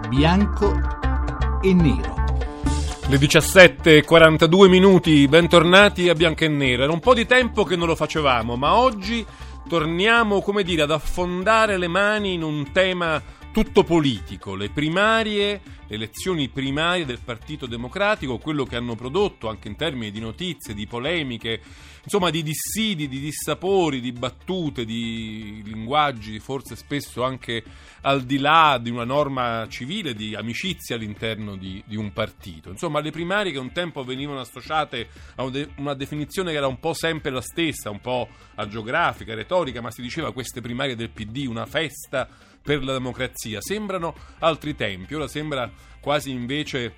bianco e nero. Le 17:42 minuti, bentornati a Bianco e Nero. Era un po' di tempo che non lo facevamo, ma oggi torniamo, ad affondare le mani in un tema tutto politico, le primarie, le elezioni primarie del Partito Democratico, quello che hanno prodotto anche in termini di notizie, di polemiche, insomma di dissidi, di dissapori, di battute, di linguaggi forse spesso anche al di là di una norma civile, di amicizia all'interno di un partito. Insomma, le primarie che un tempo venivano associate a una definizione che era un po' sempre la stessa, un po' agiografica, retorica, ma si diceva queste primarie del PD, una festa per la democrazia. Sembrano altri tempi, ora sembra quasi invece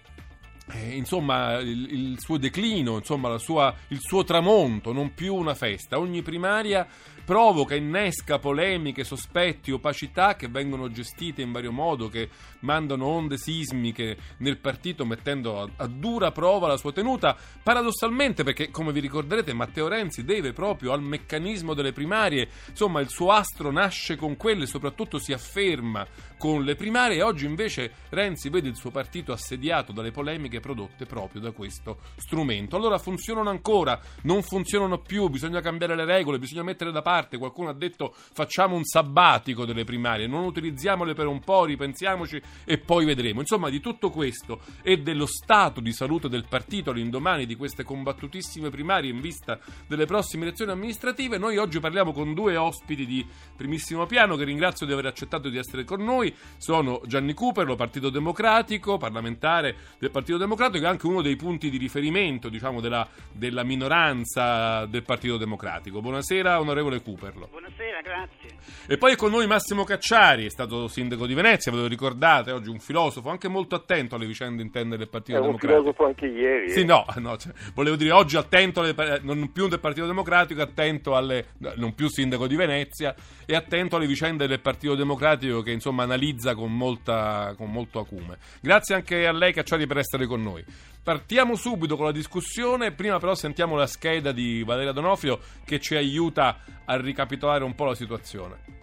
il suo declino, il suo tramonto, non più una festa. Ogni primaria provoca, innesca polemiche, sospetti, opacità che vengono gestite in vario modo, che mandano onde sismiche nel partito, mettendo a dura prova la sua tenuta, paradossalmente, perché come vi ricorderete Matteo Renzi deve proprio al meccanismo delle primarie, insomma il suo astro nasce con quelle e soprattutto si afferma con le primarie, e oggi invece Renzi vede il suo partito assediato dalle polemiche prodotte proprio da questo strumento. Allora funzionano ancora, non funzionano più, bisogna cambiare le regole, bisogna mettere da parte. Qualcuno ha detto facciamo un sabbatico delle primarie, non utilizziamole per un po', ripensiamoci e poi vedremo. Insomma, di tutto questo e dello stato di salute del partito all'indomani di queste combattutissime primarie in vista delle prossime elezioni amministrative, noi oggi parliamo con due ospiti di primissimo piano che ringrazio di aver accettato di essere con noi. Sono Gianni Cuperlo, Partito Democratico, parlamentare del Partito Democratico, e anche uno dei punti di riferimento, della minoranza del Partito Democratico. Buonasera, onorevole Cuperlo. Buonasera, grazie. E poi è con noi Massimo Cacciari, è stato sindaco di Venezia, ve lo ricordate, oggi un filosofo anche molto attento alle vicende interne del Partito Democratico. Un filosofo anche ieri. Sì, volevo dire oggi attento non più del Partito Democratico, attento non più sindaco di Venezia, e attento alle vicende del Partito Democratico che analizza con molto acume. Grazie anche a lei, Cacciari, per essere con noi. Partiamo subito con la discussione, prima però sentiamo la scheda di Valeria Donofrio che ci aiuta a ricapitolare un po' la situazione.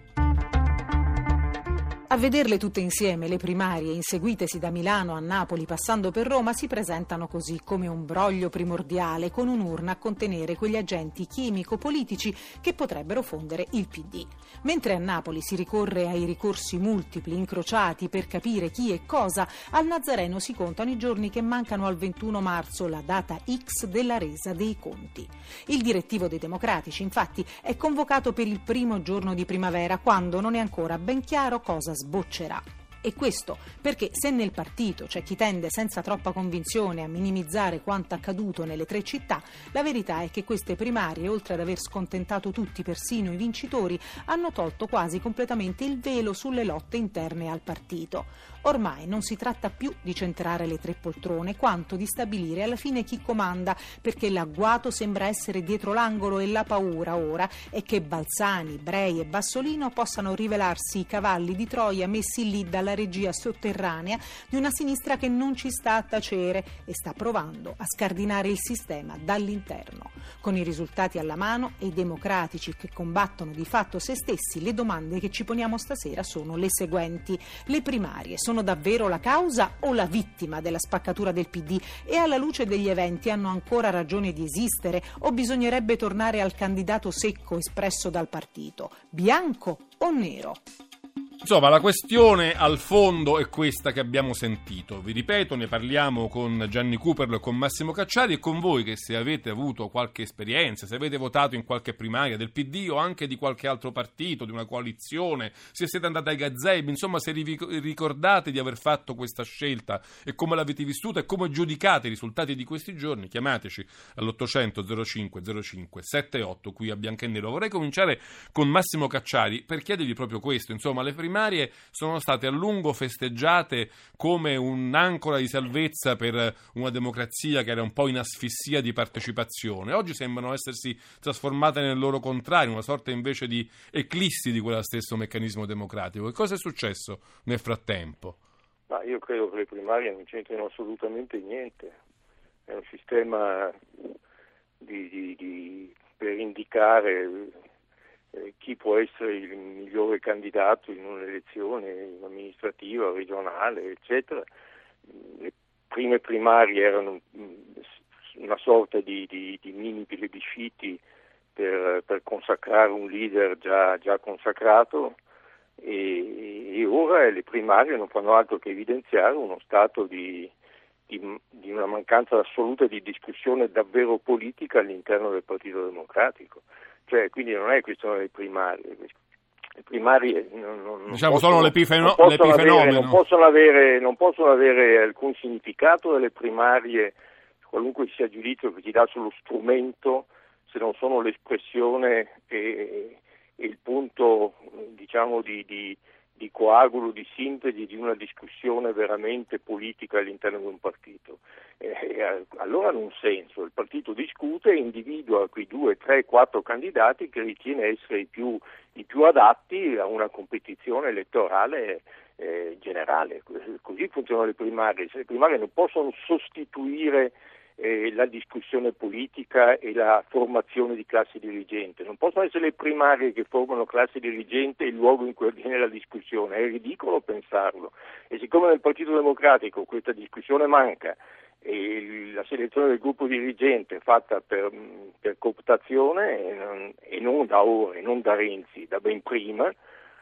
A vederle tutte insieme, le primarie, inseguitesi da Milano a Napoli passando per Roma, si presentano così, come un broglio primordiale con un'urna a contenere quegli agenti chimico-politici che potrebbero fondere il PD. Mentre a Napoli si ricorre ai ricorsi multipli, incrociati per capire chi e cosa, al Nazareno si contano i giorni che mancano al 21 marzo, la data X della resa dei conti. Il direttivo dei Democratici, infatti, è convocato per il primo giorno di primavera, quando non è ancora ben chiaro cosa sboccerà. E questo perché se nel partito c'è chi tende senza troppa convinzione a minimizzare quanto accaduto nelle tre città, la verità è che queste primarie, oltre ad aver scontentato tutti, persino i vincitori, hanno tolto quasi completamente il velo sulle lotte interne al partito. Ormai non si tratta più di centrare le tre poltrone, quanto di stabilire alla fine chi comanda, perché l'agguato sembra essere dietro l'angolo e la paura ora è che Balzani, Brei e Bassolino possano rivelarsi i cavalli di Troia messi lì dalla regia sotterranea di una sinistra che non ci sta a tacere e sta provando a scardinare il sistema dall'interno. Con i risultati alla mano e i democratici che combattono di fatto se stessi, le domande che ci poniamo stasera sono le seguenti. Le primarie sono davvero la causa o la vittima della spaccatura del PD, e alla luce degli eventi hanno ancora ragione di esistere o bisognerebbe tornare al candidato secco espresso dal partito? Bianco o nero? Insomma, la questione al fondo è questa che abbiamo sentito. Vi ripeto, ne parliamo con Gianni Cuperlo e con Massimo Cacciari, e con voi che, se avete avuto qualche esperienza, se avete votato in qualche primaria del PD o anche di qualche altro partito, di una coalizione, se siete andati ai gazebo, insomma se ricordate di aver fatto questa scelta e come l'avete vissuta e come giudicate i risultati di questi giorni, chiamateci all'800 05 05 78 qui a Bianco e Nero. Vorrei cominciare con Massimo Cacciari per chiedergli proprio questo. Insomma, le primarie sono state a lungo festeggiate come un'ancora di salvezza per una democrazia che era un po' in asfissia di partecipazione. Oggi sembrano essersi trasformate nel loro contrario, una sorta invece di eclissi di quello stesso meccanismo democratico. Che cosa è successo nel frattempo? Ma io credo che le primarie non c'entrino assolutamente niente. È un sistema per indicare chi può essere il migliore candidato in un'elezione amministrativa, regionale, eccetera. Le prime primarie erano una sorta di mini plebisciti per consacrare un leader già consacrato, e ora le primarie non fanno altro che evidenziare uno stato di una mancanza assoluta di discussione davvero politica all'interno del Partito Democratico. Cioè, quindi non è questione delle primarie. Le primarie sono l'epifenomeno. Non possono avere alcun significato delle primarie, qualunque sia il giudizio che si dà sullo strumento, se non sono l'espressione e il punto, diciamo, di coagulo, di sintesi di una discussione veramente politica all'interno di un partito. Allora hanno un senso. Il partito discute e individua quei 2, 3, 4 candidati che ritiene essere i più adatti a una competizione elettorale generale. Così funzionano le primarie. Le primarie non possono sostituire la discussione politica e la formazione di classe dirigente. Non possono essere le primarie che formano classe dirigente il luogo in cui avviene la discussione. È ridicolo pensarlo. E siccome nel Partito Democratico questa discussione manca e la selezione del gruppo dirigente è fatta per cooptazione e non da ora, e non da Renzi, da ben prima,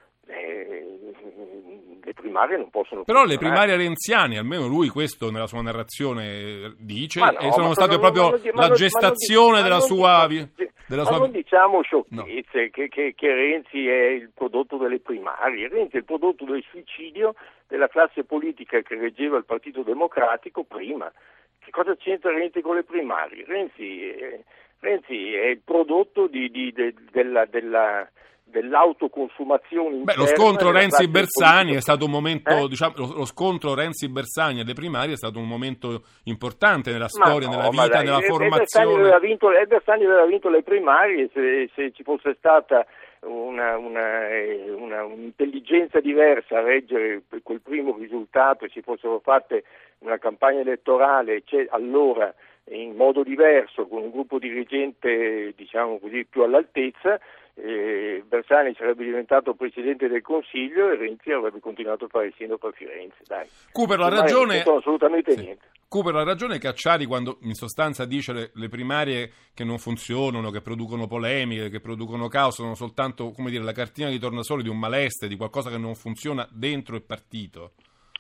le primarie non possono. Però le primarie renziane, almeno lui questo nella sua narrazione dice, e sono state proprio la gestazione della sua. Non diciamo sciocchezze, no. che Renzi è il prodotto delle primarie. Renzi è il prodotto del suicidio della classe politica che reggeva il Partito Democratico prima. Che cosa c'entra Renzi con le primarie? Renzi è il prodotto dell'autoconsumazione interna. Lo scontro Renzi-Bersani è stato un momento, lo scontro Renzi-Bersani alle primarie è stato un momento importante nella storia, nella vita, nella formazione. Bersani aveva vinto le primarie se ci fosse stata un'intelligenza diversa a reggere quel primo risultato e si fossero fatte una campagna elettorale, allora in modo diverso, con un gruppo dirigente, diciamo così, più all'altezza, Bersani sarebbe diventato Presidente del Consiglio e Renzi avrebbe continuato a fare il sindaco a Firenze. Dai. Cooper ha ragione. Non assolutamente niente. Cooper ha ragione Cacciari quando in sostanza dice le primarie che non funzionano, che producono polemiche, che producono caos, sono soltanto, come dire, la cartina di tornasole di un malessere, di qualcosa che non funziona dentro il partito.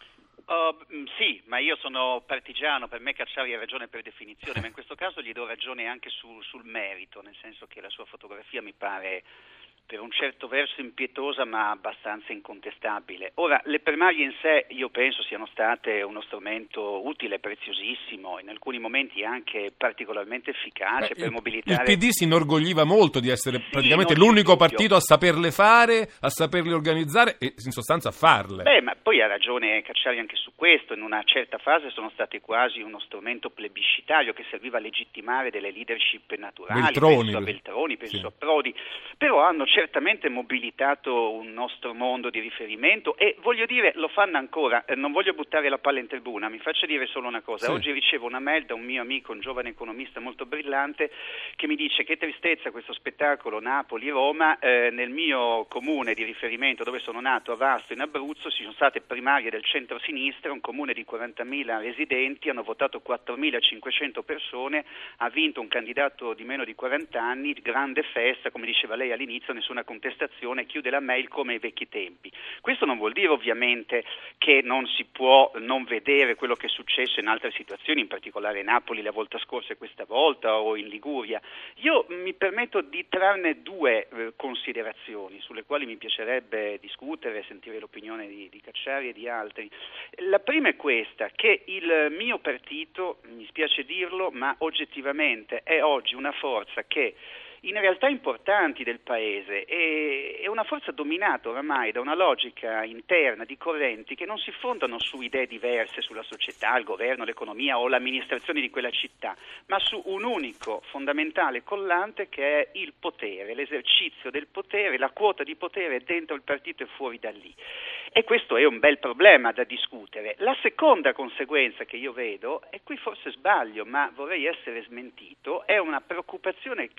Sì, ma io sono partigiano, per me Cacciari ha ragione per definizione, ma in questo caso gli do ragione anche sul merito, nel senso che la sua fotografia mi pare per un certo verso impietosa ma abbastanza incontestabile. Ora, le primarie in sé io penso siano state uno strumento utile, preziosissimo, in alcuni momenti anche particolarmente efficace per mobilitare. Il PD si inorgogliva molto di essere praticamente l'unico partito a saperle fare, a saperle organizzare e in sostanza a farle. Ma poi ha ragione Cacciari anche su questo, in una certa fase sono state quasi uno strumento plebiscitario che serviva a legittimare delle leadership naturali, penso a Veltroni, penso a Prodi, però hanno certamente mobilitato un nostro mondo di riferimento e voglio dire, lo fanno ancora, non voglio buttare la palla in tribuna, mi faccia dire solo una cosa, oggi ricevo una mail da un mio amico, un giovane economista molto brillante, che mi dice che tristezza questo spettacolo Napoli-Roma, nel mio comune di riferimento dove sono nato, a Vasto in Abruzzo, ci sono state primarie del centro-sinistra, un comune di 40.000 residenti, hanno votato 4.500 persone, ha vinto un candidato di meno di 40 anni, grande festa, come diceva lei all'inizio, nessuna contestazione, chiude la mail come ai vecchi tempi. Questo non vuol dire ovviamente che non si può non vedere quello che è successo in altre situazioni, in particolare Napoli la volta scorsa e questa volta, o in Liguria. Io mi permetto di trarne due considerazioni sulle quali mi piacerebbe discutere, sentire l'opinione di Cacciari e di altri. La prima è questa, che il mio partito, mi spiace dirlo, ma oggettivamente è oggi una forza che in realtà importanti del Paese, è una forza dominata oramai da una logica interna di correnti che non si fondano su idee diverse sulla società, il governo, l'economia o l'amministrazione di quella città, ma su un unico fondamentale collante che è il potere, l'esercizio del potere, la quota di potere dentro il partito e fuori da lì. E questo è un bel problema da discutere. La seconda conseguenza che io vedo, e qui forse sbaglio, ma vorrei essere smentito, è una preoccupazione che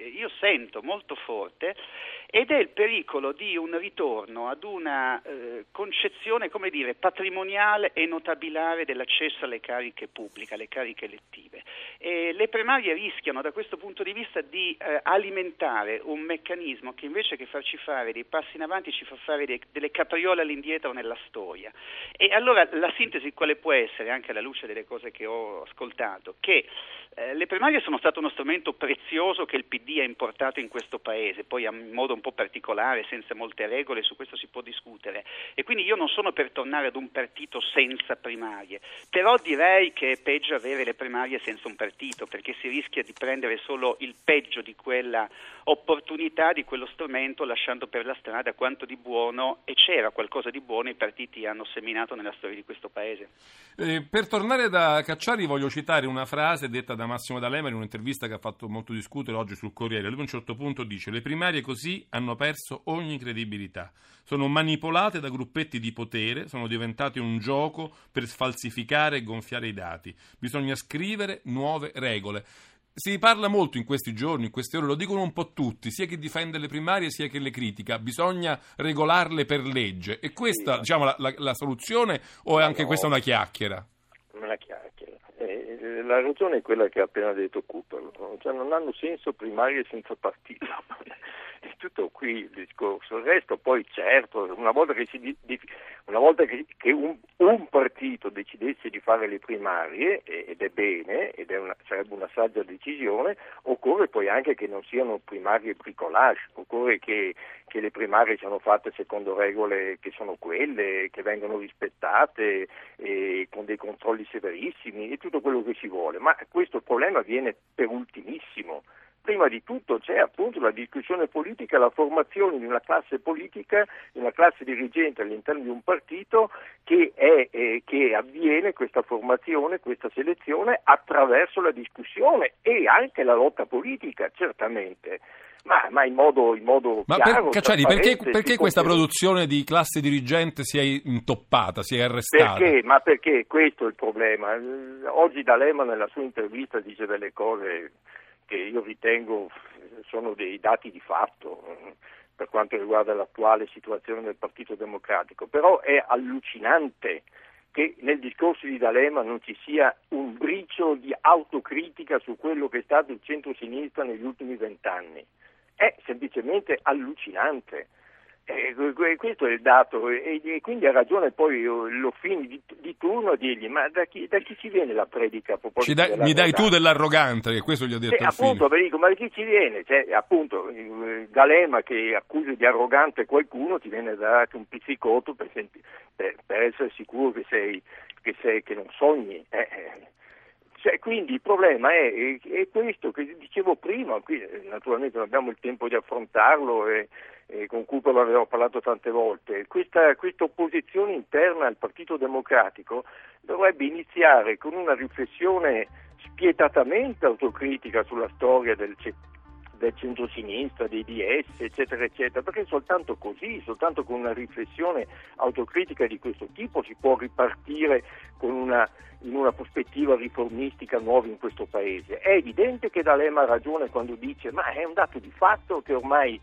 io sento molto forte, ed è il pericolo di un ritorno ad una concezione, come dire, patrimoniale e notabilare dell'accesso alle cariche pubbliche, alle cariche elettive. E le primarie rischiano da questo punto di vista di alimentare un meccanismo che invece che farci fare dei passi in avanti ci fa fare delle capriole all'indietro nella storia. E allora la sintesi quale può essere, anche alla luce delle cose che ho ascoltato, che le primarie sono stato uno strumento prezioso che il PD ha importato in questo paese, poi in modo un po' particolare, senza molte regole, su questo si può discutere, e quindi io non sono per tornare ad un partito senza primarie, però direi che è peggio avere le primarie senza un partito, perché si rischia di prendere solo il peggio di quella opportunità, di quello strumento, lasciando per la strada quanto di buono, e c'era qualcosa di buono, i partiti hanno seminato nella storia di questo paese. Per tornare da Cacciari voglio citare una frase detta da Massimo D'Alema in un'intervista che ha fatto molto discutere oggi sul Corriere. Lui a un certo punto dice: le primarie così hanno perso ogni credibilità, sono manipolate da gruppetti di potere, sono diventate un gioco per sfalsificare e gonfiare i dati, bisogna scrivere nuove regole. Si parla molto in questi giorni, in queste ore, lo dicono un po' tutti, sia chi difende le primarie sia chi le critica, bisogna regolarle per legge. E questa, sì, diciamo, la soluzione, o è anche questa una chiacchiera? Una chiacchiera. La ragione è quella che ha appena detto Cooper, cioè non hanno senso primarie senza partito. È tutto qui il discorso. Il resto poi, certo, una volta che un partito decidesse di fare le primarie, ed è bene, sarebbe una saggia decisione, occorre poi anche che non siano primarie bricolage, occorre che le primarie siano fatte secondo regole che sono quelle, che vengono rispettate, con dei controlli severissimi e tutto quello che si vuole, ma questo problema viene per ultimissimo. Prima di tutto c'è appunto la discussione politica, la formazione di una classe politica, di una classe dirigente all'interno di un partito che avviene questa formazione, questa selezione attraverso la discussione e anche la lotta politica, certamente. Ma in modo chiaro. Cacciari, perché questa produzione di classe dirigente si è intoppata, si è arrestata? Perché questo è il problema. Oggi D'Alema nella sua intervista dice delle cose che io ritengo sono dei dati di fatto per quanto riguarda l'attuale situazione del Partito Democratico, però è allucinante che nel discorso di D'Alema non ci sia un briciolo di autocritica su quello che è stato il centro-sinistra negli ultimi 20 anni. È semplicemente allucinante. Questo è il dato, e quindi ha ragione poi Loffini di turno a dirgli: ma da chi ci viene la predica a proposito mi dai tu dell'arrogante, che questo gli ho detto appunto, dico, ma da chi ci viene? Cioè, appunto, D'Alema che accusa di arrogante qualcuno ti viene dato un pizzicotto per essere sicuro che non sogni. Quindi il problema è questo che dicevo prima, qui naturalmente non abbiamo il tempo di affrontarlo e con Cooper lo avevo parlato tante volte. Questa opposizione interna al Partito Democratico dovrebbe iniziare con una riflessione spietatamente autocritica sulla storia del centro-sinistra, dei DS, eccetera, eccetera, perché soltanto così, soltanto con una riflessione autocritica di questo tipo si può ripartire in una prospettiva riformistica nuova in questo Paese. È evidente che D'Alema ha ragione quando dice: ma è un dato di fatto che ormai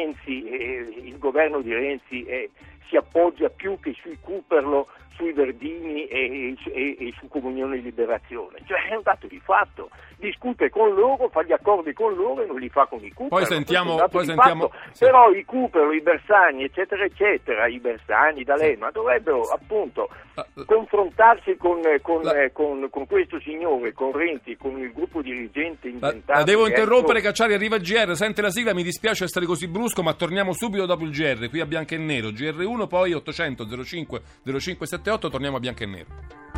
il governo di Renzi si appoggia più che sui Cooperlo, sui Verdini e su Comunione e Liberazione. Cioè è un dato di fatto. Discute con loro, fa gli accordi con loro e non li fa con i Cooperlo. Poi sentiamo sì. Però i Cooperlo, i Bersani, eccetera, eccetera, i Bersani, D'Alema dovrebbero appunto confrontarsi con questo signore, con Renzi, con il gruppo dirigente inventato. La devo interrompere, Cacciari, arriva il GR, sente la sigla, mi dispiace essere così brusco, ma torniamo subito dopo il GR, qui a Bianco e Nero, GR1, poi 800 05 0578, torniamo a Bianco e Nero.